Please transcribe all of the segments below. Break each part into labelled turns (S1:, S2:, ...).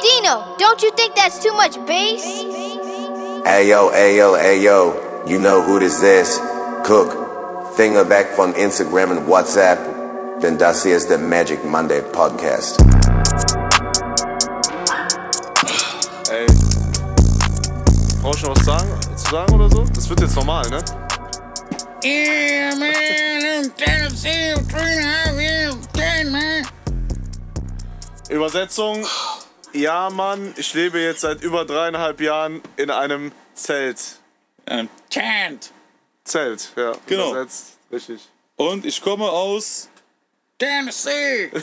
S1: Dino, don't you think that's too much bass?
S2: Ayo, ayo, ayo, you know who this is? Cook, Fingerback von Instagram und WhatsApp, denn das hier ist der Magic Monday Podcast.
S3: Ey, brauchst du noch was zu sagen oder so? Das wird jetzt normal, ne?
S4: Yeah, man, I'm Tennessee, 3.5 years, 10, man.
S3: Übersetzung: Ja, Mann, ich lebe jetzt seit über 3,5 Jahren in einem Zelt.
S4: Tent.
S3: Zelt, ja.
S5: Genau.
S3: Übersetzt, richtig.
S5: Und ich komme aus...
S4: Tennessee.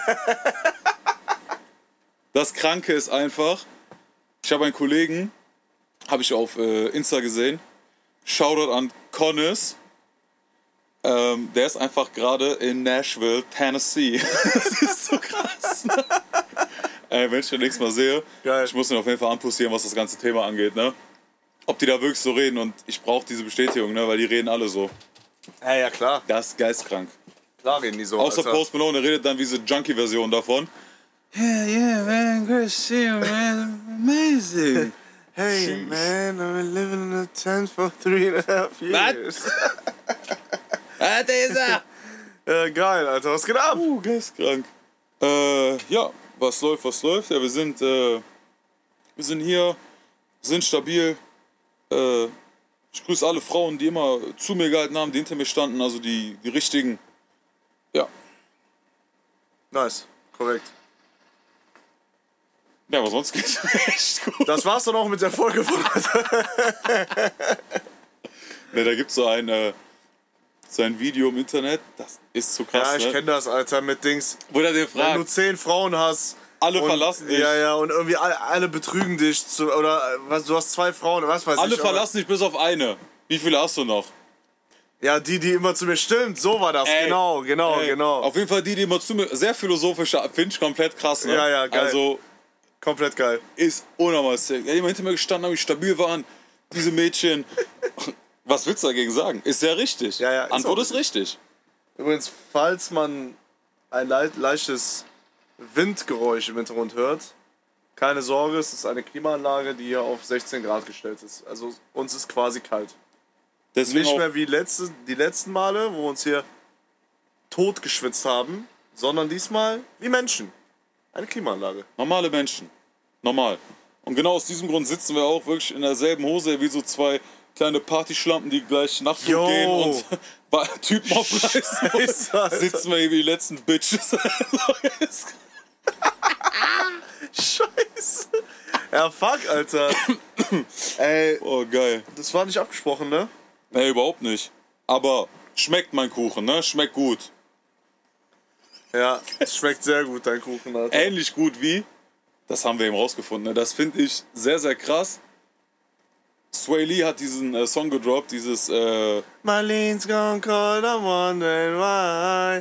S5: Das Kranke ist einfach, ich habe einen Kollegen, habe ich auf Insta gesehen, Shoutout an Connis, der ist einfach gerade in Nashville, Tennessee. Das ist so krass. Ey, wenn ich den nächstes Mal sehe,
S3: Geil.
S5: ich muss ihn auf jeden Fall anpustieren, was das ganze Thema angeht, ne? Ob die da wirklich so reden, und ich brauche diese Bestätigung, ne? Weil die reden alle so.
S3: Hey, ja klar.
S5: Das ist geistkrank.
S3: Klar reden die so.
S5: Außer
S3: Alter.
S5: Post Malone, der redet dann wie diese Junkie-Version davon. Yeah, man, great to see you, man. Amazing.
S3: Hey, man, I've been living in a tent for 3.5 years.
S5: Was hat er gesagt?
S3: Ja, geil, Alter, was geht ab?
S5: Geistkrank. Ja, was läuft? Ja, wir sind hier, sind stabil. Ich grüße alle Frauen, die immer zu mir gehalten haben, die hinter mir standen, also die richtigen. Ja.
S3: Nice, korrekt.
S5: Ja, aber sonst geht's mir echt gut.
S3: Das war's dann auch mit der Folge von
S5: Ne, da gibt's so ein Video im Internet, das ist so krass,
S3: Ja, ich
S5: ne?
S3: kenne das, Alter, mit Dings.
S5: Wo der dir
S3: Wenn du
S5: fragt,
S3: 10 Frauen hast.
S5: alle
S3: und,
S5: verlassen dich.
S3: Ja, und irgendwie alle betrügen dich. Oder was, du hast 2 Frauen, was weiß
S5: Alle
S3: ich.
S5: verlassen dich bis auf eine. Wie viele hast du noch?
S3: Ja, die immer zu mir stimmt, so war das.
S5: Ey,
S3: Genau.
S5: Ey, auf jeden Fall die immer zu mir, sehr philosophisch, finde ich komplett krass, ne?
S3: Ja, geil.
S5: Also,
S3: Komplett geil.
S5: ist unnormal sick. Ja, die immer hinter mir gestanden haben, wie stabil waren, diese Mädchen. Was willst du dagegen sagen? Ist sehr richtig.
S3: Ja, ist
S5: Antwort
S3: auch
S5: ist richtig.
S3: Übrigens, falls man ein leichtes Windgeräusch im Hintergrund hört, keine Sorge, es ist eine Klimaanlage, die hier auf 16 Grad gestellt ist. Also uns ist quasi kalt.
S5: Deswegen
S3: Nicht
S5: auch,
S3: mehr wie die letzten Male, wo wir uns hier tot geschwitzt haben, sondern diesmal wie Menschen. Eine Klimaanlage.
S5: normale Menschen. Normal. Und genau aus diesem Grund sitzen wir auch wirklich in derselben Hose wie so zwei kleine Partyschlampen, die gleich Nachtflug
S3: Yo.
S5: gehen und Typen aufreißen.
S3: Scheiße, Alter.
S5: Sitzen wir hier wie die letzten Bitches.
S3: Scheiße. Ja, fuck, Alter. Ey,
S5: Oh, geil.
S3: das war nicht abgesprochen, ne?
S5: Nee, überhaupt nicht. Aber schmeckt mein Kuchen, ne? Schmeckt gut.
S3: Ja, es schmeckt sehr gut, dein Kuchen, Alter.
S5: Ähnlich gut wie, das haben wir eben rausgefunden, ne? Das finde ich sehr, sehr krass. Sway Lee hat diesen Song gedroppt, dieses
S3: Marlene's gone cold, I'm wondering why.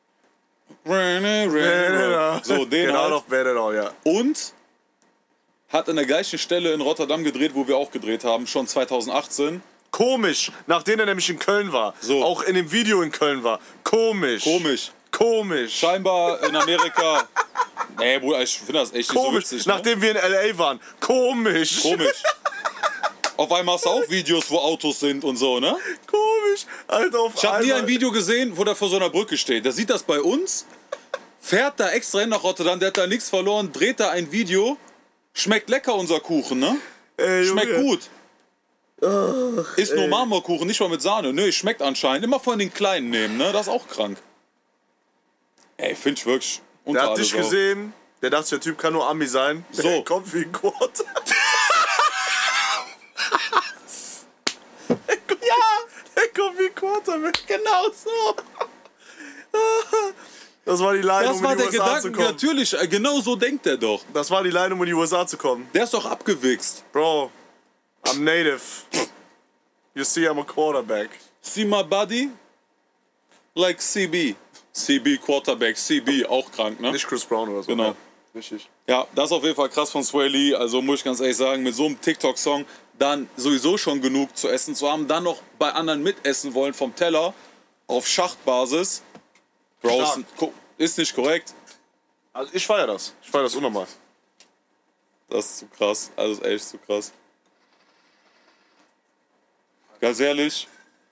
S5: so, den
S3: Genau,
S5: halt.
S3: noch Better, ja.
S5: Und hat an der gleichen Stelle in Rotterdam gedreht, wo wir auch gedreht haben, schon 2018.
S3: Komisch, nachdem er nämlich in Köln war.
S5: So.
S3: Auch in dem Video in Köln war. Komisch. Komisch.
S5: Scheinbar in Amerika. Nee, Bruder, ich finde das echt nicht so
S3: Komisch,
S5: witzig. Ne?
S3: nachdem wir in L.A. waren. Komisch.
S5: Auf einmal hast du auch Videos, wo Autos sind und so, ne?
S3: Komisch. Alter, auf
S5: Ich habe nie
S3: einmal.
S5: ein Video gesehen, wo der vor so einer Brücke steht. Der sieht das bei uns, fährt da extra hin nach Rotterdam, der hat da nichts verloren, dreht da ein Video. Schmeckt lecker, unser Kuchen, ne?
S3: Ey, Junge.
S5: Schmeckt gut. Ist nur Marmorkuchen, nicht mal mit Sahne. Nö, schmeckt anscheinend. Immer von den Kleinen nehmen, ne? Das ist auch krank. Ey, find ich wirklich unter
S3: Der hat
S5: alles
S3: dich
S5: auch.
S3: gesehen. Der dachte, der Typ kann nur Ami sein.
S5: So.
S3: Der kommt wie ein Quarter. Der kommt wie ein Quarterback. Genau so. Das war die Line,
S5: Das
S3: um
S5: war
S3: in die
S5: der
S3: USA zu
S5: Gedanke,
S3: kommen.
S5: natürlich, genau so denkt er doch.
S3: Das war die Line, um in die USA zu kommen.
S5: Der ist doch abgewichst.
S3: Bro, I'm native. You see, I'm a quarterback.
S5: See my body? Like CB. CB Quarterback, CB, auch krank, ne?
S3: Nicht Chris Brown oder so.
S5: Genau.
S3: Ne? Richtig.
S5: Ja, das ist auf jeden Fall krass von Sway Lee. Also muss ich ganz ehrlich sagen, mit so einem TikTok-Song dann sowieso schon genug zu essen zu haben, dann noch bei anderen mitessen wollen vom Teller auf Schachtbasis. Bro,
S3: Stark.
S5: ist nicht korrekt.
S3: Also ich feiere das. Ich feiere das unnormal.
S5: Das ist zu krass. Also, ist echt zu krass. Ganz ehrlich.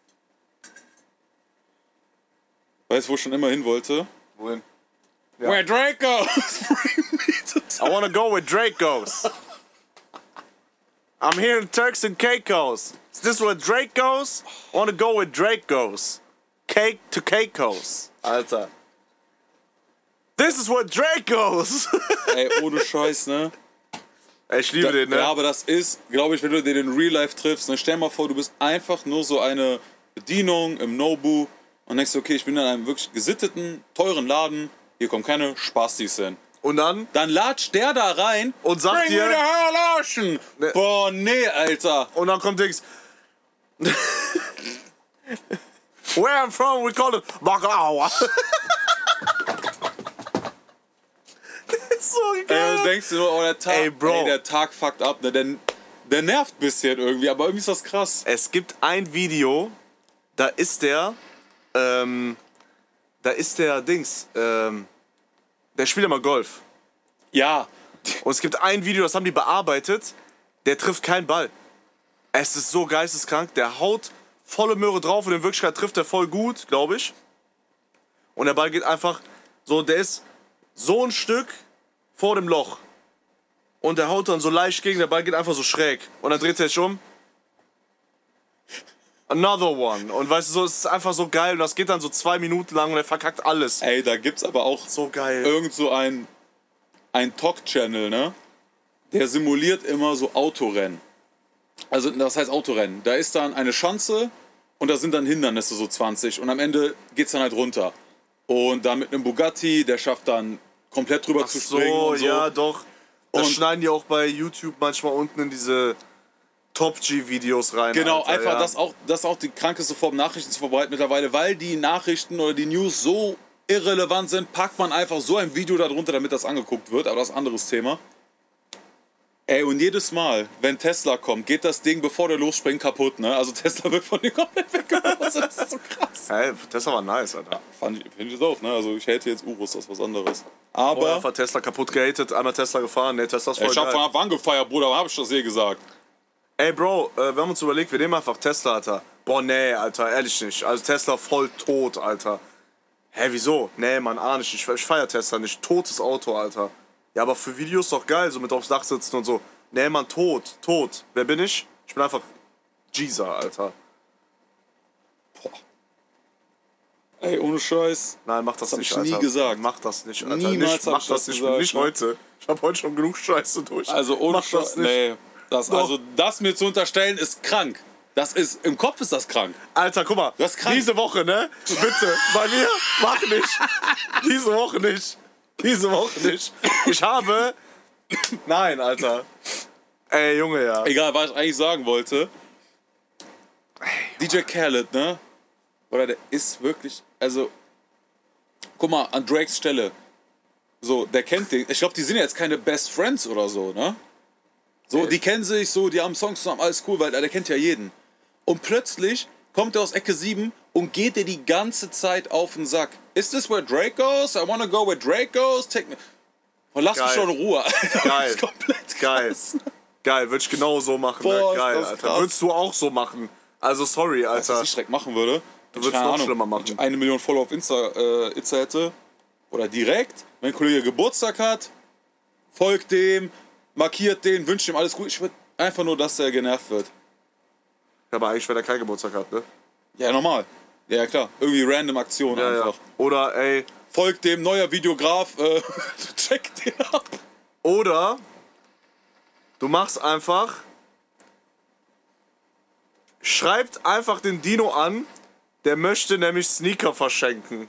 S5: Weißt du, wo ich schon immer hin wollte?
S3: Wohin?
S5: Where Drake goes! Bring me to
S3: I wanna go where Drake goes. I'm here in Turks and Caicos. Is this where Drake goes? I wanna go where Drake goes. Cake to Caicos. Alter. This is where Drake goes.
S5: Ey, ohne Scheiß, ne?
S3: Ey, ich liebe den, ne?
S5: Ja, aber das ist, glaube ich, wenn du den in Real Life triffst, ne? Stell dir mal vor, du bist einfach nur so eine Bedienung im Nobu und denkst, okay, ich bin in einem wirklich gesitteten, teuren Laden, hier kommen keine Spastis hin.
S3: Und dann?
S5: Dann latscht der da rein
S3: Und sagt
S5: Bring
S3: dir-
S5: me the Hell Ocean.
S3: Ne.
S5: Boah, nee, Alter.
S3: Und dann kommt Dings. Where I'm from, we call it Bacalhau. So
S5: Ey,
S3: geil.
S5: und denkst du nur, oh, der Tag,
S3: Ey, Bro.
S5: der Tag fuckt ab, ne? Der nervt ein bisschen irgendwie, aber irgendwie ist das krass.
S3: Es gibt ein Video, da ist der Dings, der spielt immer Golf.
S5: Ja,
S3: Und es gibt ein Video, das haben die bearbeitet, der trifft keinen Ball. Es ist so geisteskrank, der haut volle Möhre drauf und in Wirklichkeit trifft er voll gut, glaube ich. Und der Ball geht einfach so, der ist so ein Stück vor dem Loch. Und der haut dann so leicht gegen, der Ball geht einfach so schräg. Und dann dreht er sich um. Another one. Und weißt du, so, es ist einfach so geil. Und das geht dann so 2 Minuten lang und er verkackt alles.
S5: ey, da gibt's aber auch
S3: So geil.
S5: irgend so ein Talk-Channel, ne? Der simuliert immer so Autorennen. Also, das heißt Autorennen. Da ist dann eine Schanze und da sind dann Hindernisse, so 20. Und am Ende geht's dann halt runter. Und dann mit einem Bugatti, der schafft dann komplett drüber zu springen
S3: So,
S5: und so.
S3: ja, doch. Das
S5: Und-
S3: schneiden die auch bei YouTube manchmal unten in diese Top-G-Videos rein.
S5: Genau,
S3: Alter,
S5: einfach
S3: ja.
S5: das ist auch die krankeste Form, Nachrichten zu verbreiten mittlerweile, weil die Nachrichten oder die News so irrelevant sind, packt man einfach so ein Video darunter, damit das angeguckt wird, aber das ist ein anderes Thema. Ey, und jedes Mal, wenn Tesla kommt, geht das Ding, bevor der losspringt, kaputt, ne? Also Tesla wird von dir komplett weggeworfen, das ist so krass.
S3: Hey, Tesla war nice, Alter.
S5: Finde ich das auch, ne? Also ich hate jetzt Urus, das ist was anderes.
S3: Vorher
S5: Aber
S3: einfach Tesla kaputt gehatet, einmal Tesla gefahren. Nee, Tesla ist voll
S5: ich hab
S3: geil.
S5: von Anfang an gefeiert, Bruder, hab ich das eh gesagt.
S3: Ey, Bro, wir haben uns überlegt, wir nehmen einfach Tesla, Alter. Boah, nee, Alter, ehrlich nicht. Also Tesla voll tot, Alter. Hä, wieso? Nee, Mann, nicht. Ich feier Tesla nicht. Totes Auto, Alter. Ja, aber für Videos doch geil, so mit aufs Dach sitzen und so. Nee, Mann, tot. Wer bin ich? Ich bin einfach Jeezer, Alter.
S5: Ey, ohne Scheiß.
S3: Nein, mach das
S5: Das hab
S3: nicht,
S5: ich
S3: Alter.
S5: nie gesagt.
S3: Mach das nicht, Alter.
S5: Niemals
S3: nicht,
S5: hab
S3: mach
S5: ich
S3: das
S5: das
S3: nicht,
S5: gesagt,
S3: nicht
S5: ne?
S3: heute. Ich hab heute schon genug Scheiße durch.
S5: Also ohne
S3: Mach das nicht.
S5: Nee, also das mir zu unterstellen ist krank. Das ist, im Kopf ist das krank.
S3: Alter, guck mal,
S5: Das ist krank.
S3: diese Woche, ne? Bitte, bei mir, mach nicht. Diese Woche nicht. Diese Woche nicht. Ich habe... Nein, Alter. Ey, Junge, ja.
S5: Egal, was ich eigentlich sagen wollte. DJ Khaled, ne? Oder der ist wirklich, also, guck mal, an Drakes Stelle. So, der kennt den. Ich glaube, die sind jetzt keine Best Friends oder so, ne? So, die kennen sich so, die haben Songs zusammen, alles cool, weil der kennt ja jeden. Und plötzlich kommt er aus Ecke 7 und geht dir die ganze Zeit auf den Sack. Is this where Drake goes? I wanna go where Drake goes? Take me. Und lass mich
S3: Geil.
S5: schon in Ruhe. Alter.
S3: Geil.
S5: Das ist komplett
S3: Geil.
S5: krass.
S3: Geil, würde ich genau so machen.
S5: Boah,
S3: ne? Geil,
S5: ist das
S3: Alter.
S5: krass.
S3: Würdest du auch so machen. Also, sorry,
S5: Weißt du,
S3: Alter.
S5: was ich direkt machen würde? Du
S3: würdest noch schlimmer machen.
S5: Wenn ich 1 Million Follower auf Insta hätte, oder direkt, wenn ein Kollege Geburtstag hat, folgt dem, markiert den, wünscht ihm alles gut. Ich würde einfach nur, dass er genervt wird.
S3: Aber eigentlich, wenn er keinen Geburtstag hat, ne?
S5: Ja, normal. Ja, klar. Irgendwie random Aktion
S3: Ja, ja.
S5: einfach.
S3: Oder, ey,
S5: Folgt dem, neuer Videograf, check den ab.
S3: oder du machst einfach, schreibt einfach den Dino an, der möchte nämlich Sneaker verschenken.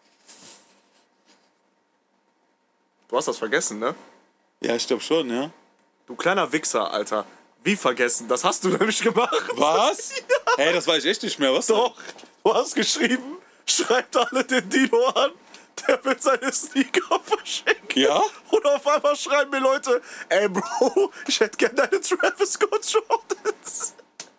S3: Du hast das vergessen, ne?
S5: Ja, ich glaube schon, ja.
S3: Du kleiner Wichser, Alter. Wie vergessen? Das hast du nämlich gemacht.
S5: Was? Hey, das weiß ich echt nicht mehr. Was?
S3: Doch, du hast geschrieben, schreibt alle den Dino an, der will seine Sneaker verschenken.
S5: Ja?
S3: Und auf einmal schreiben mir Leute, ey Bro, ich hätte gerne deine Travis Scott Jordans.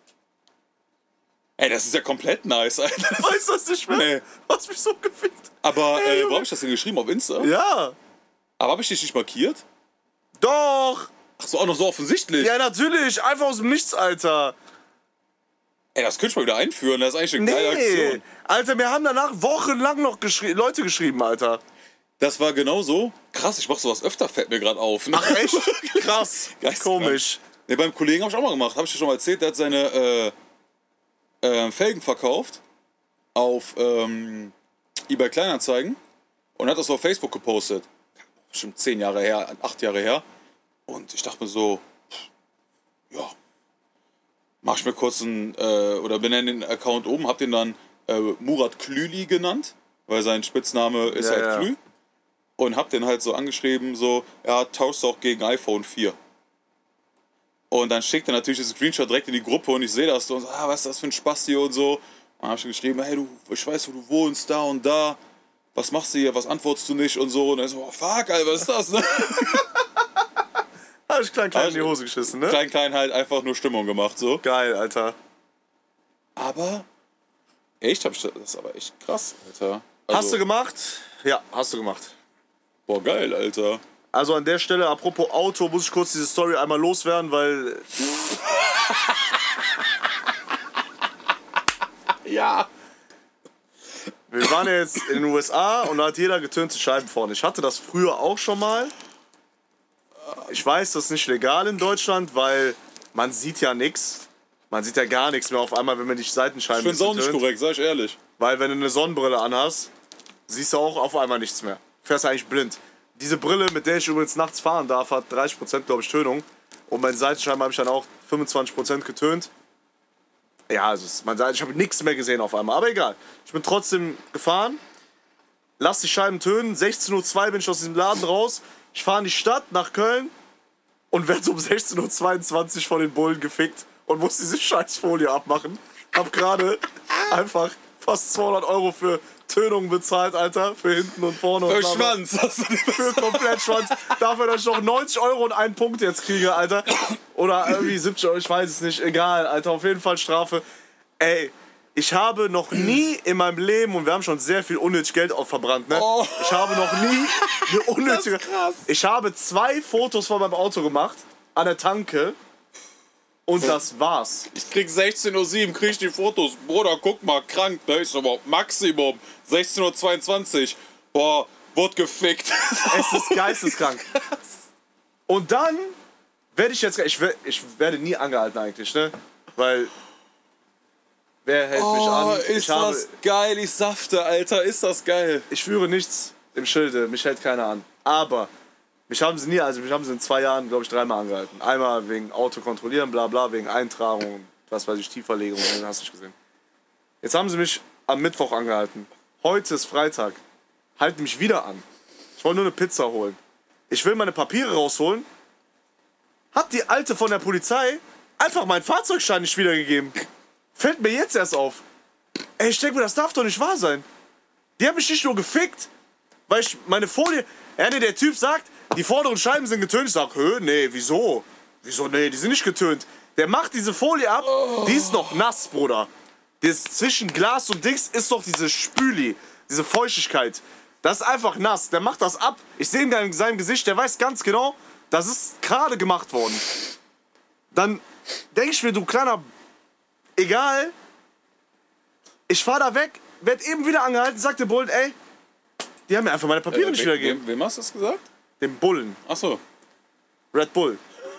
S5: Ey, das ist ja komplett nice, Alter.
S3: Weißt du das nicht mehr?
S5: Nee.
S3: Du hast mich so gefickt.
S5: Aber
S3: Ey,
S5: wo habe ich das denn geschrieben? Auf Insta?
S3: Ja,
S5: Aber habe ich dich nicht markiert?
S3: doch.
S5: Ach so, auch noch so offensichtlich.
S3: Ja, natürlich. Einfach aus dem Nichts, Alter.
S5: Ey, das könnte ich mal wieder einführen. Das ist eigentlich eine geile Aktion.
S3: Alter, mir haben danach wochenlang noch Leute geschrieben, Alter.
S5: Das war genauso. Krass, ich mach sowas öfter, fällt mir gerade auf.
S3: Ach, echt? Krass.
S5: Geisteskrank.
S3: Komisch.
S5: Ne, beim Kollegen habe ich auch mal gemacht. Habe ich dir schon mal erzählt, der hat seine Felgen verkauft auf eBay Kleinanzeigen und hat das auf Facebook gepostet. Bestimmt 10 Jahre her, 8 Jahre her. Und ich dachte mir so, ja, mach ich mir kurz oder benenne den Account oben, hab den dann Murat Klüli genannt, weil sein Spitzname ist halt Klü. Und hab den halt so angeschrieben, so, ja, tauschst du auch gegen iPhone 4. Und dann schickt er natürlich diesen Screenshot direkt in die Gruppe und ich sehe das so und so, was ist das für ein Spasti und so. Und dann hab ich geschrieben, hey, ich weiß, wo du wohnst, da und da. Was machst du hier, was antwortest du nicht und so. Und dann so, oh, fuck, Alter, was ist das, ne?
S3: Hab ich klein in die Hose geschissen, ne?
S5: Klein halt einfach nur Stimmung gemacht, so.
S3: Geil, Alter.
S5: Aber, echt, das ist aber echt krass, Alter. Also,
S3: Hast du gemacht? Ja, hast du gemacht.
S5: Boah, geil, Alter.
S3: Also an der Stelle, apropos Auto, muss ich kurz diese Story einmal loswerden, weil...
S5: Ja.
S3: Wir waren ja jetzt in den USA und da hat jeder getönte Scheiben vorne. Ich hatte das früher auch schon mal. Ich weiß, das ist nicht legal in Deutschland, weil man sieht ja nichts. Man sieht ja gar nichts mehr auf einmal, wenn man die Seitenscheiben
S5: Ich find's auch nicht korrekt, sag ich ehrlich.
S3: Weil wenn du eine Sonnenbrille anhast, siehst du auch auf einmal nichts mehr. Fährst eigentlich blind. Diese Brille, mit der ich übrigens nachts fahren darf, hat 30% glaube ich Tönung. Und bei den Seitenscheiben habe ich dann auch 25% getönt. Ja, also ich habe nichts mehr gesehen auf einmal. Aber egal. Ich bin trotzdem gefahren. Lass die Scheiben tönen. 16:02 Uhr bin ich aus diesem Laden raus. Ich fahre in die Stadt nach Köln und werde um 16:22 Uhr von den Bullen gefickt und muss diese Scheißfolie abmachen. Hab gerade einfach fast 200 Euro für Tönung bezahlt, Alter. Für hinten und vorne.
S5: Für
S3: und
S5: Schwanz. Hast du die
S3: für komplett Schwanz. Dafür, dass ich noch 90 Euro und einen Punkt jetzt kriege, Alter. Oder irgendwie 70 Euro, ich weiß es nicht. Egal, Alter. Auf jeden Fall Strafe. Ey, ich habe noch nie in meinem Leben, und wir haben schon sehr viel unnötig Geld auch verbrannt, ne?
S5: Oh.
S3: Ich habe noch nie eine unnötige...
S5: Das ist krass.
S3: Ich habe 2 Fotos von meinem Auto gemacht, an der Tanke. Und das war's.
S5: Ich krieg 16:07 Uhr, krieg ich die Fotos. Bruder, guck mal, krank, ne? Ich so, aber Maximum 16:22 Uhr. Boah, wurde gefickt.
S3: Es ist geisteskrank. Und dann werde ich jetzt... Ich werde nie angehalten eigentlich, ne? Weil... Wer hält mich an?
S5: Ist das geil, ich safte, Alter, ist das geil.
S3: Ich führe nichts im Schilde, mich hält keiner an. Aber mich haben sie in 2 Jahren, glaube ich, 3-mal angehalten. Einmal wegen Auto kontrollieren, bla bla, wegen Eintragung, was weiß ich, Tieferlegung, hast du nicht gesehen. Jetzt haben sie mich am Mittwoch angehalten. Heute ist Freitag. Halten mich wieder an. Ich wollte nur eine Pizza holen. Ich will meine Papiere rausholen. Hat die Alte von der Polizei einfach meinen Fahrzeugschein nicht wiedergegeben. Fällt mir jetzt erst auf. Ey, ich denke mir, das darf doch nicht wahr sein. Die haben mich nicht nur gefickt, weil ich meine Folie... Ja, nee, der Typ sagt, die vorderen Scheiben sind getönt. Ich sag, nee, wieso? Wieso, nee, die sind nicht getönt. Der macht diese Folie ab, die ist noch nass, Bruder. Das zwischen Glas und Dings ist doch diese Spüli, diese Feuchtigkeit. Das ist einfach nass. Der macht das ab. Ich sehe in seinem Gesicht, der weiß ganz genau, das ist gerade gemacht worden. Dann denke ich mir, du kleiner... Egal, ich fahr da weg, werd eben wieder angehalten, sagt der Bullen, ey, die haben mir einfach meine Papiere nicht wiedergegeben.
S5: Wem hast du das gesagt?
S3: Dem Bullen.
S5: Achso.
S3: Red Bull.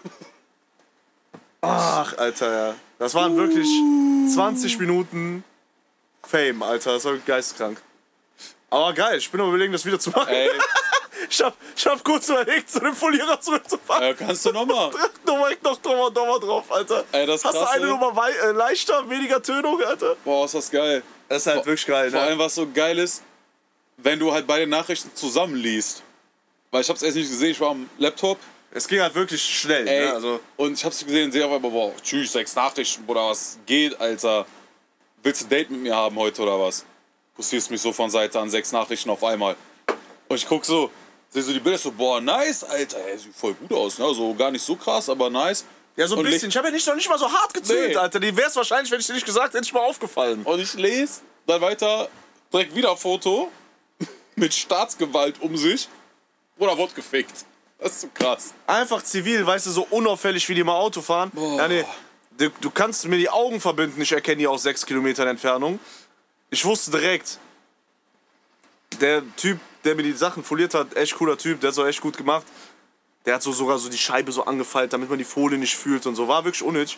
S3: Ach, Alter, ja. Das waren wirklich 20 Minuten Fame, Alter. Das war geisteskrank. Aber geil, ich bin am Überlegen, das wieder zu machen.
S5: Ey.
S3: Ich hab kurz überlegt, zu dem Folierer zurückzufahren.
S5: Kannst du nochmal.
S3: Nochmal drauf, Alter.
S5: Ey, das
S3: Hast du
S5: Krasse-
S3: eine Nummer leichter, weniger Tönung, Alter?
S5: Boah, ist das geil.
S3: Das ist halt wirklich geil,
S5: Vor
S3: ne?
S5: allem, was so geil ist, wenn du halt beide Nachrichten zusammenliest. Weil ich hab's erst nicht gesehen, ich war am Laptop.
S3: Es ging halt wirklich schnell,
S5: Ey,
S3: ne? Also,
S5: und ich hab's gesehen, sehe auf einmal, boah, tschüss, 6 Nachrichten, Bruder, was geht, Alter? Willst du ein Date mit mir haben heute oder was? Du siehst mich so von Seite an, 6 Nachrichten auf einmal. Und ich guck so, sehe so die Bilder, so, boah, nice, Alter, ey, sieht voll gut aus, ne? Also gar nicht so krass, aber nice.
S3: ja, so ein
S5: Und
S3: bisschen. Ich habe ja noch nicht mal so hart gezählt,
S5: Nee.
S3: Alter. Die wär's wahrscheinlich, wenn ich dir nicht gesagt hätte, nicht mal aufgefallen.
S5: Und ich lese dann weiter, direkt wieder Foto mit Staatsgewalt um sich. Bruder, wurde gefickt. Das ist so krass.
S3: Einfach zivil, weißt du, so unauffällig wie die mal Auto fahren. Ja, nee, du kannst mir die Augen verbinden, ich erkenne die aus 6 Kilometern Entfernung. Ich wusste direkt, der Typ, der mir die Sachen foliert hat, echt cooler Typ, der hat es auch echt gut gemacht. Der hat sogar so die Scheibe so angefeilt, damit man die Folie nicht fühlt und so. War wirklich unnötig.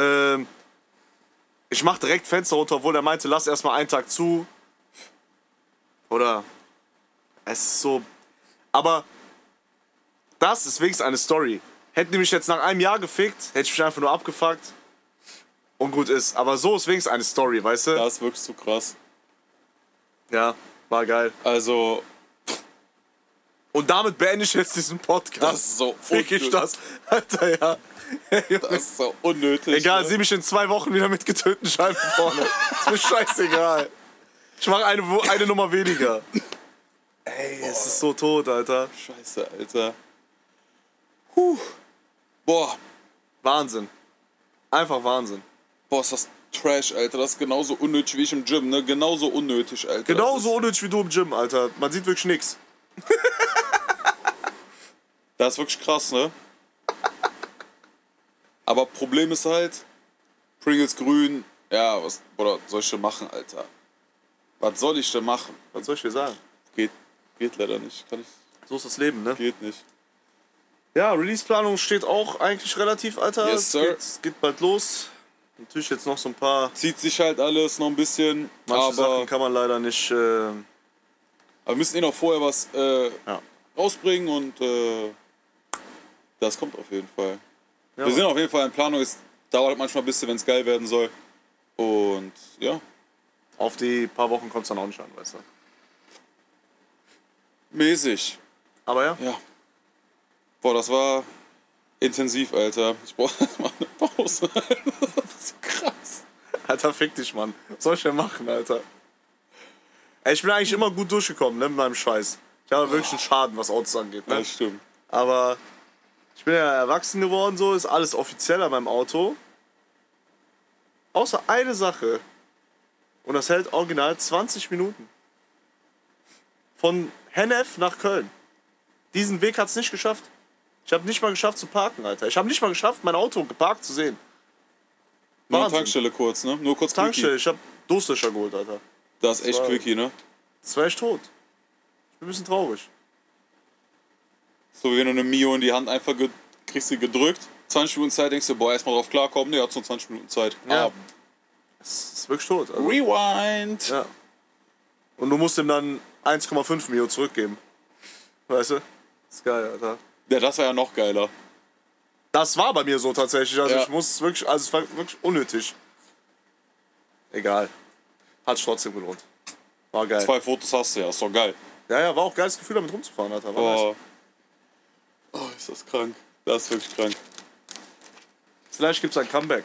S3: Ich mach direkt Fenster runter, obwohl der meinte, lass erstmal einen Tag zu. Oder es ist so. Aber das ist wenigstens eine Story. Hätten die mich jetzt nach einem Jahr gefickt, hätte ich mich einfach nur abgefuckt. Und gut ist. Aber so ist wenigstens eine Story, weißt du?
S5: Das ist wirklich so krass.
S3: Ja, war geil.
S5: Also,
S3: Und damit beende ich jetzt diesen Podcast.
S5: das ist so
S3: Fick ich
S5: unnötig.
S3: das. Alter, ja.
S5: Das ist so unnötig.
S3: Egal,
S5: ne?
S3: sieh mich in 2 Wochen wieder mit getöteten Scheiben vorne. Ist mir scheißegal. Ich mach eine Nummer weniger. Ey, es ist so tot, Alter.
S5: Scheiße, Alter. Boah.
S3: Wahnsinn. Einfach Wahnsinn.
S5: Boah, ist das Trash, Alter. Das ist genauso unnötig wie ich im Gym, ne? Genauso unnötig, Alter.
S3: Genauso unnötig wie du im Gym, Alter. Man sieht wirklich nix.
S5: Das ist wirklich krass, ne? Aber Problem ist halt, Pringles grün, ja, was soll ich denn machen, Alter? Was soll ich denn machen?
S3: Was soll ich dir sagen?
S5: Geht leider nicht. Kann ich.
S3: So ist das Leben, ne?
S5: Geht nicht.
S3: Ja, Release-Planung steht auch eigentlich relativ, Alter.
S5: Yes, sir.
S3: Es geht bald los. Natürlich jetzt noch so ein paar.
S5: Zieht sich halt alles noch ein bisschen,
S3: Manche Sachen
S5: aber
S3: kann man leider nicht.
S5: wir müssen eh noch vorher was
S3: Ja.
S5: rausbringen und das kommt auf jeden Fall.
S3: Ja.
S5: Wir sind auf jeden Fall in Planung. Es dauert manchmal ein bisschen, wenn es geil werden soll. Und ja,
S3: Auf die paar Wochen kommt es dann auch nicht an, weißt du.
S5: mäßig.
S3: Aber ja,
S5: Ja. Boah, das war intensiv, Alter. Ich brauch mal eine Pause. Das ist so krass.
S3: Alter, fick dich, Mann. Was soll ich denn machen, Alter? Ey, ich bin eigentlich immer gut durchgekommen, ne, mit meinem Scheiß. Ich habe wirklich einen Schaden, was Autos angeht, ne?
S5: Das stimmt.
S3: Aber ich bin ja erwachsen geworden, so ist alles offiziell an meinem Auto. Außer eine Sache. Und das hält original 20 Minuten. Von Hennef nach Köln. Diesen Weg hat es nicht geschafft. Ich habe nicht mal geschafft zu parken, Alter. Ich habe nicht mal geschafft, mein Auto geparkt zu sehen.
S5: Nur eine
S3: Wahnsinn.
S5: Tankstelle kurz, ne? Nur kurz
S3: Tankstelle,
S5: Quickie.
S3: ich habe Durstlöscher geholt, Alter.
S5: Das ist echt
S3: war-
S5: Quickie, ne?
S3: Das war echt tot. Ich bin ein bisschen traurig.
S5: So wie wenn du eine Mio in die Hand einfach kriegst, sie gedrückt. 20 Minuten Zeit, denkst du, boah, erstmal drauf klarkommen. Ne, hat so 20 Minuten Zeit.
S3: Ja.
S5: Ah,
S3: Es ist wirklich tot. Also,
S5: Rewind.
S3: ja. Und du musst ihm dann 1,5 Mio zurückgeben. Weißt du? Das ist geil, Alter.
S5: Ja, das war ja noch geiler.
S3: Das war bei mir so tatsächlich. Also
S5: Ja.
S3: ich muss wirklich, also es war wirklich unnötig. Egal. Hat sich trotzdem gelohnt. War geil.
S5: 2 Fotos hast du ja, ist doch geil.
S3: Ja, ja, war auch geiles Gefühl, damit rumzufahren, Alter. War nice.
S5: Oh, ist das krank. Das ist wirklich krank.
S3: Vielleicht gibt's ein Comeback.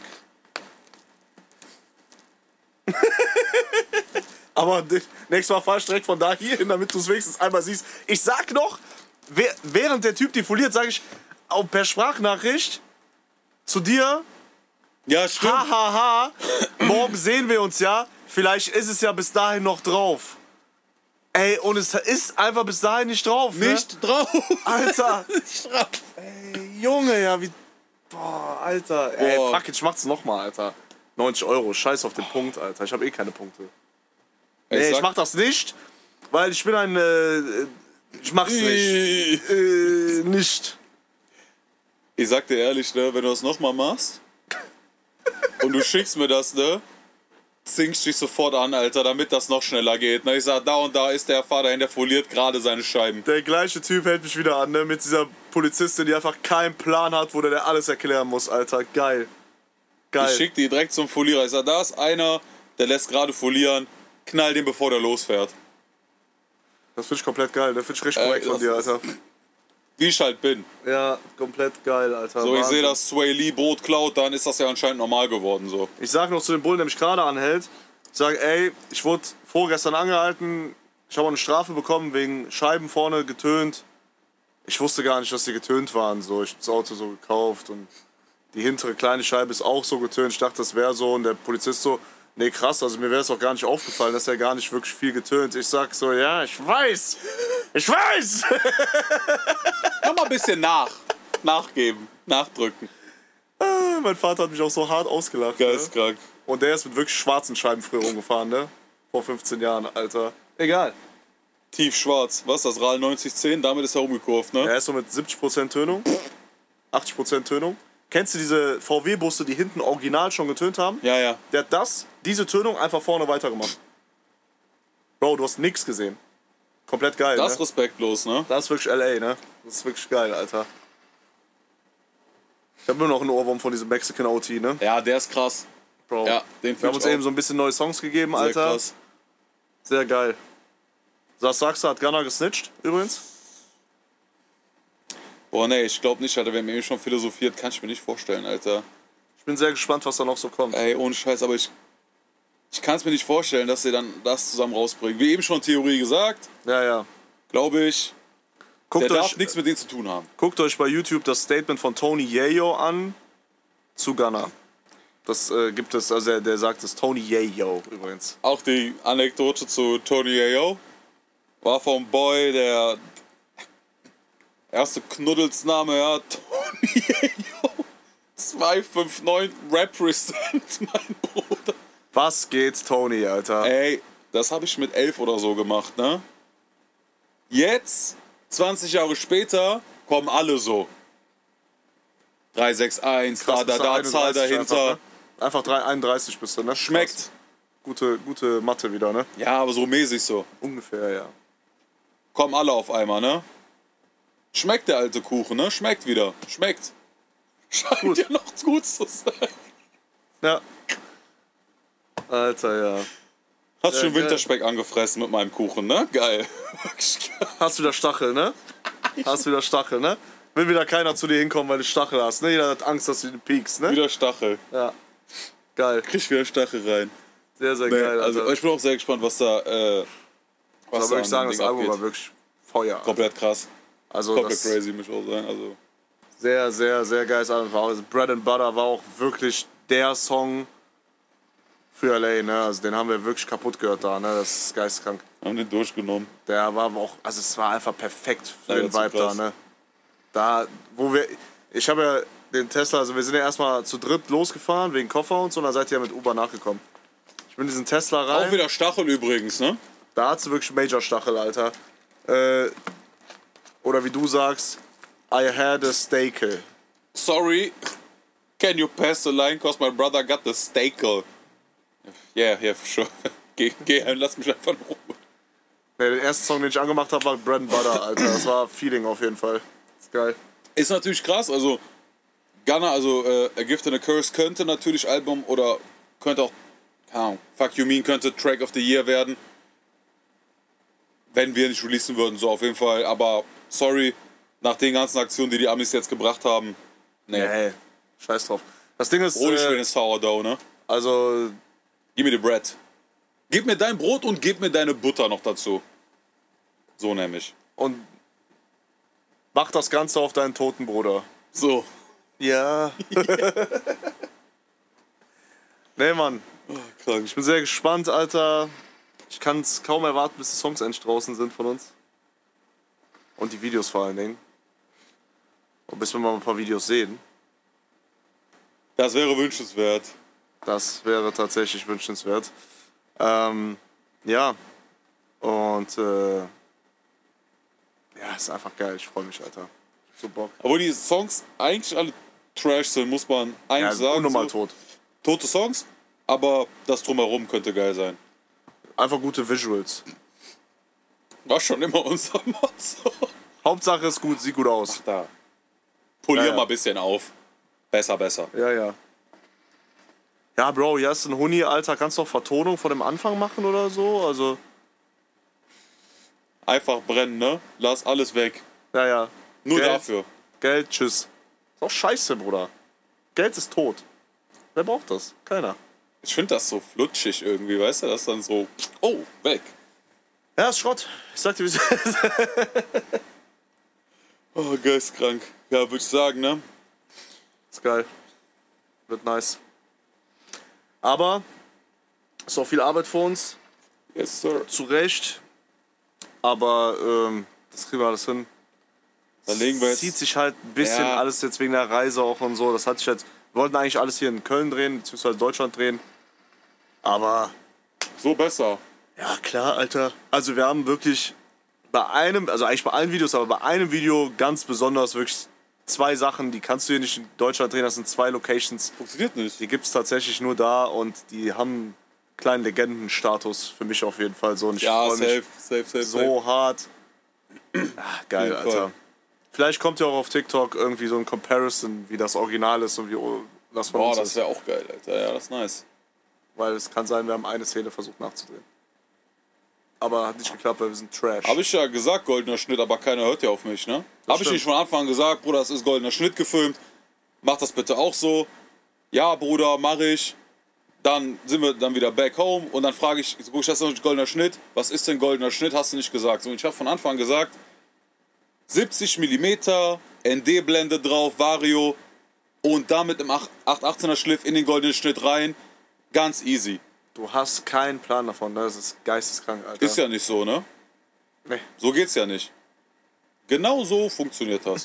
S3: Aber nächstes Mal fahr ich direkt von da hier hin, damit du es wenigstens einmal siehst. Ich sag noch, während der Typ die foliert, sage ich auch per Sprachnachricht zu dir,
S5: Ja, stimmt.
S3: hahaha, morgen sehen wir uns ja, vielleicht ist es ja bis dahin noch drauf. Ey, und es ist einfach bis dahin nicht drauf, ne?
S5: Nicht drauf.
S3: Alter,
S5: Nicht drauf.
S3: ey, Junge, ja, wie, boah, Alter, ey,
S5: Boah.
S3: fuck it, ich mach's nochmal, Alter. 90 Euro, scheiß auf den Punkt, Alter, ich habe eh keine Punkte. Nee, ich mach das nicht, weil ich bin ich mach's nicht. Nicht.
S5: Ich sag dir ehrlich, ne, wenn du das nochmal machst und du schickst mir das, ne, zinkst dich sofort an, Alter, damit das noch schneller geht. Ne? Ich sag, da und da ist der Fahrer hin, der foliert gerade seine Scheiben.
S3: Der gleiche Typ hält mich wieder an, ne, mit dieser Polizistin, die einfach keinen Plan hat, wo der alles erklären muss, Alter, geil. Geil.
S5: Ich schick die direkt zum Folierer. Ich sag, da ist einer, der lässt gerade folieren, knall den, bevor der losfährt.
S3: Das finde ich komplett geil, der finde ich richtig korrekt von
S5: das
S3: dir,
S5: ist-
S3: Alter.
S5: Wie ich halt bin.
S3: Ja, komplett geil, Alter.
S5: So, ich
S3: Wahnsinn.
S5: sehe, dass Sway Lee Boot klaut, dann ist das ja anscheinend normal geworden, so.
S3: Ich sag noch zu dem Bullen, der mich gerade anhält, ich sag, ey, ich wurde vorgestern angehalten, ich habe eine Strafe bekommen wegen Scheiben vorne getönt. Ich wusste gar nicht, dass die getönt waren, so. Ich hab das Auto so gekauft und die hintere kleine Scheibe ist auch so getönt. Ich dachte, das wäre so und der Polizist so, Nee, krass, also mir wäre es auch gar nicht aufgefallen, dass er gar nicht wirklich viel getönt. Ich sag so, ja, ich weiß! Ich weiß!
S5: Nochmal ein bisschen nachgeben, nachdrücken.
S3: Mein Vater hat mich auch so hart ausgelacht. Ne?
S5: Geistkrank.
S3: Und der ist mit wirklich schwarzen Scheiben früher rumgefahren, ne? Vor 15 Jahren, Alter. Egal.
S5: Tiefschwarz. Was, das RAL 9010? Damit ist er rumgekurvt, ne?
S3: Er ist so mit 70% Tönung, 80% Tönung. Kennst du diese VW-Busse, die hinten original schon getönt haben?
S5: Ja, ja.
S3: Der hat diese Tönung einfach vorne weitergemacht. Bro, du hast nix gesehen. Komplett geil,
S5: Das
S3: ne?
S5: ist respektlos, ne?
S3: Das ist wirklich L.A., ne? Das ist wirklich geil, Alter. Ich habe immer noch einen Ohrwurm von diesem Mexican OT, ne?
S5: Ja, der ist krass.
S3: Bro.
S5: Ja, den
S3: Wir haben uns eben so ein bisschen neue Songs gegeben, Alter.
S5: Sehr krass.
S3: Sehr geil. Was sagst du, hat Gunna gesnitcht, übrigens?
S5: Boah, nee, ich glaube nicht, Alter. Wir haben eben schon philosophiert. Kann ich mir nicht vorstellen, Alter.
S3: Ich bin sehr gespannt, was da noch so kommt.
S5: Ey, ohne Scheiß, aber ich kann es mir nicht vorstellen, dass sie dann das zusammen rausbringen. Wie eben schon Theorie gesagt,
S3: Ja, ja.
S5: glaube ich,
S3: Guckt
S5: der darf
S3: euch,
S5: nichts mit denen zu tun haben.
S3: guckt euch bei YouTube das Statement von Tony Yayo an zu Gunna. Das gibt es, also der sagt es, Tony Yayo übrigens.
S5: Auch die Anekdote zu Tony Ayo war vom Boy, der erste Knuddelsname, ja, Tony Ayo. 259 Represent, mein Bruder.
S3: Was geht, Tony, Alter?
S5: Ey, das habe ich mit 11 oder so gemacht, ne? Jetzt, 20 Jahre später, kommen alle so. 361,
S3: Krass, bist du
S5: Zahl
S3: 31
S5: dahinter.
S3: Einfach 31 bist du, ne?
S5: Schmeckt.
S3: Krass. Gute Mathe wieder, ne?
S5: Ja, aber so mäßig so.
S3: Ungefähr, ja.
S5: Kommen alle auf einmal, ne? Schmeckt der alte Kuchen, ne? Schmeckt wieder. Schmeckt. Scheint
S3: Gut.
S5: ja noch gut zu sein.
S3: Ja. Alter, ja.
S5: Hast schon
S3: geil.
S5: Winterspeck angefressen mit meinem Kuchen, ne? Geil. Wirklich geil.
S3: Hast wieder Stachel, ne? Hast wieder Stachel, ne? Will wieder keiner zu dir hinkommen, weil du Stachel hast, ne? Jeder hat Angst, dass du den piekst, ne?
S5: Wieder Stachel.
S3: Ja. Geil.
S5: Krieg wieder Stachel rein.
S3: Sehr, sehr
S5: Nee,
S3: geil, Alter.
S5: also ich bin auch sehr gespannt, was da
S3: da würde ich sagen, das
S5: Ding
S3: Album
S5: abgeht.
S3: war wirklich Feuer.
S5: Komplett krass.
S3: Also
S5: Komplett
S3: das
S5: crazy, muss ich auch sagen. Also,
S3: sehr, sehr, sehr geiles Album. Also Bread and Butter war auch wirklich der Song für LA, ne? Also den haben wir wirklich kaputt gehört da, ne? Das ist geisteskrank.
S5: haben den durchgenommen.
S3: Der war auch, also es war einfach perfekt für
S5: Ja,
S3: den
S5: das ist
S3: Vibe da,
S5: krass.
S3: ne? Da, wo wir, ich habe ja den Tesla, also wir sind ja erstmal zu dritt losgefahren wegen Koffer und so, und dann seid ihr ja mit Uber nachgekommen. Ich bin in diesen Tesla rein,
S5: Auch wieder Stachel übrigens, ne?
S3: da hat's wirklich Major-Stachel, Alter. Oder wie du sagst, I had a stakel.
S5: Sorry, can you pass the line, cause my brother got the stakel. Yeah, for sure. Geh, lass mich einfach in Ruhe.
S3: Ne, den ersten Song, den ich angemacht habe, war Bread and Butter, Alter. Das war Feeling auf jeden Fall. Das ist geil.
S5: Ist natürlich krass, also Gunna, also A Gift and a Curse könnte natürlich Album oder könnte auch, keine Ahnung, Fuck You Mean könnte Track of the Year werden. Wenn wir nicht releasen würden, so auf jeden Fall. Aber sorry, nach den ganzen Aktionen, die Amis jetzt gebracht haben, nee.
S3: Nee, scheiß drauf. Das Ding ist,
S5: Brot ist schönes Sourdough, ne?
S3: also,
S5: Gib mir die Bread. Gib mir dein Brot und gib mir deine Butter noch dazu. So nämlich.
S3: und mach das Ganze auf deinen toten Bruder.
S5: So.
S3: Ja. Nee, Mann.
S5: Krank.
S3: Ich bin sehr gespannt, Alter. Ich kann es kaum erwarten, bis die Songs endlich draußen sind von uns. Und die Videos vor allen Dingen. Und bis wir mal ein paar Videos sehen.
S5: Das wäre wünschenswert.
S3: Das wäre tatsächlich wünschenswert. Ja. Und ja, ist einfach geil. Ich freue mich, Alter. So Bock.
S5: Obwohl die Songs eigentlich alle Trash sind, muss man eigentlich
S3: Ja,
S5: sagen.
S3: unnormal
S5: so.
S3: tot.
S5: Tote Songs, aber das Drumherum könnte geil sein.
S3: Einfach gute Visuals.
S5: War schon immer unser Motto.
S3: Hauptsache ist gut, sieht gut aus.
S5: Da. Polier
S3: Ja, ja.
S5: mal ein bisschen auf. Besser.
S3: Ja, ja. Ja, Bro, hier hast du einen Huni, Alter. Kannst du auch Vertonung von dem Anfang machen oder so? Also,
S5: Einfach brennen, ne? Lass alles weg.
S3: ja, ja.
S5: Nur
S3: Geld,
S5: dafür.
S3: Geld, tschüss. Ist auch scheiße, Bruder. Geld ist tot. Wer braucht das? Keiner.
S5: Ich finde das so flutschig irgendwie, weißt du? Das ist dann so, oh, weg.
S3: Ja, ist Schrott. Ich sag dir, wie es ist.
S5: Oh, geistkrank. Ja, würde ich sagen, ne?
S3: Ist geil. Wird nice. Aber Ist auch viel Arbeit für uns,
S5: Yes, sir.
S3: zu Recht. Aber das kriegen wir alles hin.
S5: Da legen wir jetzt.
S3: Zieht sich halt ein bisschen
S5: Ja.
S3: alles jetzt wegen der Reise auch und so. Das hat sich jetzt. Wir wollten eigentlich alles hier in Köln drehen, beziehungsweise Deutschland drehen. Aber
S5: So besser.
S3: ja, klar, Alter. Also wir haben wirklich bei einem, also eigentlich bei allen Videos, aber bei einem Video ganz besonders wirklich 2 Sachen, die kannst du hier nicht in Deutschland drehen. Das sind 2 Locations.
S5: Funktioniert nicht.
S3: Die gibt es tatsächlich nur da und die haben einen kleinen Legendenstatus für mich auf jeden Fall so. Und ich
S5: Ja,
S3: freu mich
S5: safe.
S3: so hart. Geil,
S5: Auf jeden Fall.
S3: Alter. Vielleicht kommt ja auch auf TikTok irgendwie so ein Comparison, wie das Original ist und wie das von
S5: Boah,
S3: uns
S5: das
S3: ist.
S5: wäre auch geil, Alter. Ja, das ist nice.
S3: Weil es kann sein, wir haben eine Szene versucht nachzudrehen. Aber hat nicht geklappt, weil wir sind Trash.
S5: Habe ich ja gesagt, goldener Schnitt, aber keiner hört ja auf mich, ne? Habe ich
S3: stimmt.
S5: nicht von Anfang an gesagt, Bruder, das ist goldener Schnitt gefilmt. Mach das bitte auch so. Ja, Bruder, mach ich. Dann sind wir dann wieder back home und dann frage ich, guck ich, das ist noch goldener Schnitt. Was ist denn goldener Schnitt? Hast du nicht gesagt. So, und ich habe von Anfang an gesagt, 70 mm, ND-Blende drauf, Vario und damit im 818er Schliff in den goldenen Schnitt rein. Ganz easy.
S3: Du hast keinen Plan davon, ne? Das ist geisteskrank, Alter.
S5: Ist ja nicht so, ne?
S3: Nee.
S5: So geht's ja nicht. Genau so funktioniert das.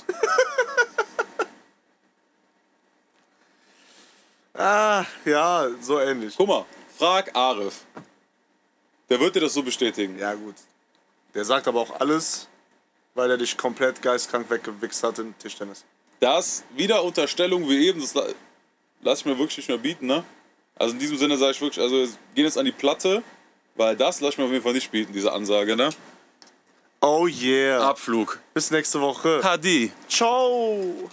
S3: Ah, ja, so ähnlich.
S5: Guck mal, frag Arif. Der wird dir das so bestätigen.
S3: Ja, gut. Der sagt aber auch alles, weil er dich komplett geistkrank weggewichst hat im Tischtennis.
S5: Das, wieder Unterstellung wie eben, das lass ich mir wirklich nicht mehr bieten, ne? Also in diesem Sinne sage ich wirklich, also wir gehen jetzt an die Platte, weil das lass ich mir auf jeden Fall nicht bieten, diese Ansage, ne?
S3: Oh yeah.
S5: Abflug.
S3: Bis nächste Woche.
S5: Hadi.
S3: Ciao.